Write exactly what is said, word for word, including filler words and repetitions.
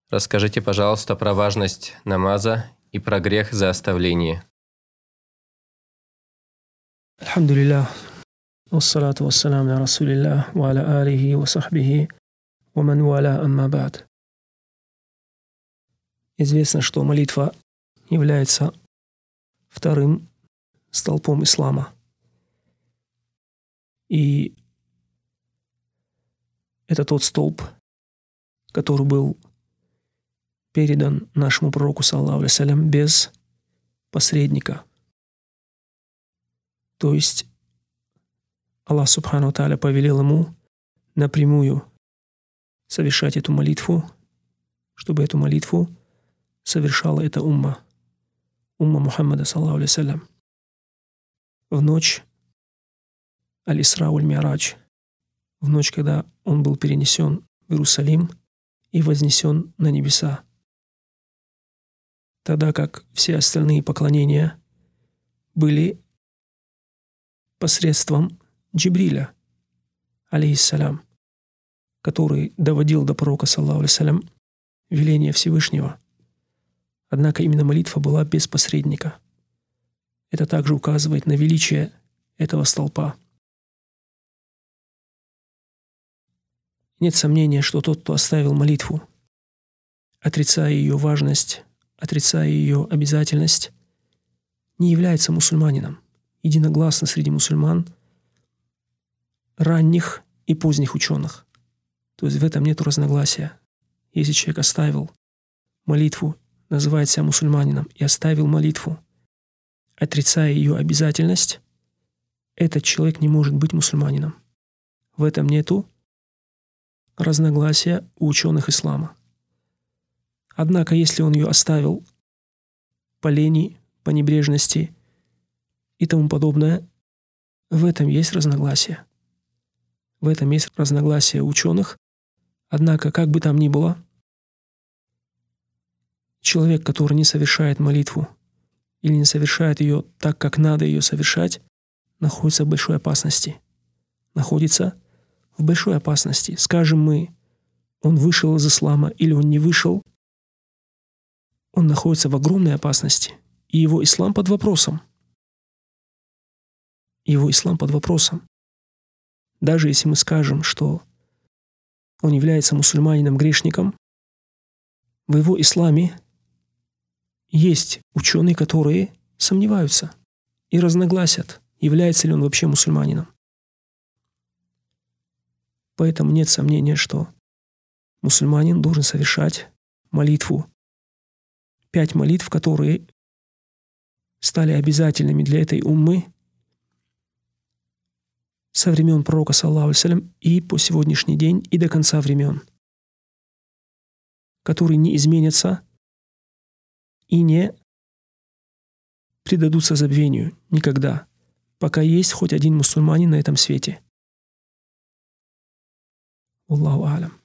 Расскажите, пожалуйста, про важность намаза и про грех за оставление. Алхамдулиллах, вассалату вассалам на расулиллах, ва аля алихи ва сахбихи, ва ман валя амма ба'д. Известно, что молитва является вторым столпом ислама. И это тот столб, который был передан нашему пророку, саллаллаху алейхи ва саллям, без посредника. То есть Аллах субхану ва тааля повелел ему напрямую совершать эту молитву, чтобы эту молитву совершала эта умма, умма Мухаммада, саллаллаху алейхи ва саллям, в ночь Аль-Исра валь-Ми'радж, в ночь, когда он был перенесен в Иерусалим и вознесен на небеса. Тогда как все остальные поклонения были посредством Джибриля, алейхиссалям, который доводил до пророка, саллаллаху алейхи ва саллям, веление Всевышнего. Однако именно молитва была без посредника. Это также указывает на величие этого столпа. Нет сомнения, что тот, кто оставил молитву, отрицая ее важность, отрицая ее обязательность, не является мусульманином. Единогласно среди мусульман, ранних и поздних ученых. То есть в этом нет разногласия. Если человек оставил молитву, называет себя мусульманином, и оставил молитву, отрицая ее обязательность, этот человек не может быть мусульманином. В этом нету разногласия у ученых ислама. Однако, если он ее оставил по лени, по небрежности и тому подобное, в этом есть разногласия. В этом есть разногласия ученых. Однако, как бы там ни было, человек, который не совершает молитву или не совершает ее так, как надо ее совершать, находится в большой опасности. Находится в большой опасности. Скажем мы, он вышел из ислама или он не вышел, он находится в огромной опасности. И его ислам под вопросом. Его ислам под вопросом. Даже если мы скажем, что он является мусульманином-грешником, в его исламе есть ученые, которые сомневаются и разногласят, является ли он вообще мусульманином. Поэтому нет сомнения, что мусульманин должен совершать молитву. Пять молитв, которые стали обязательными для этой уммы со времен пророка, саллаллаху алейхи ва саллям, и по сегодняшний день, и до конца времен, которые не изменятся и не предадутся забвению никогда, пока есть хоть один мусульманин на этом свете. Аллаху а'лям.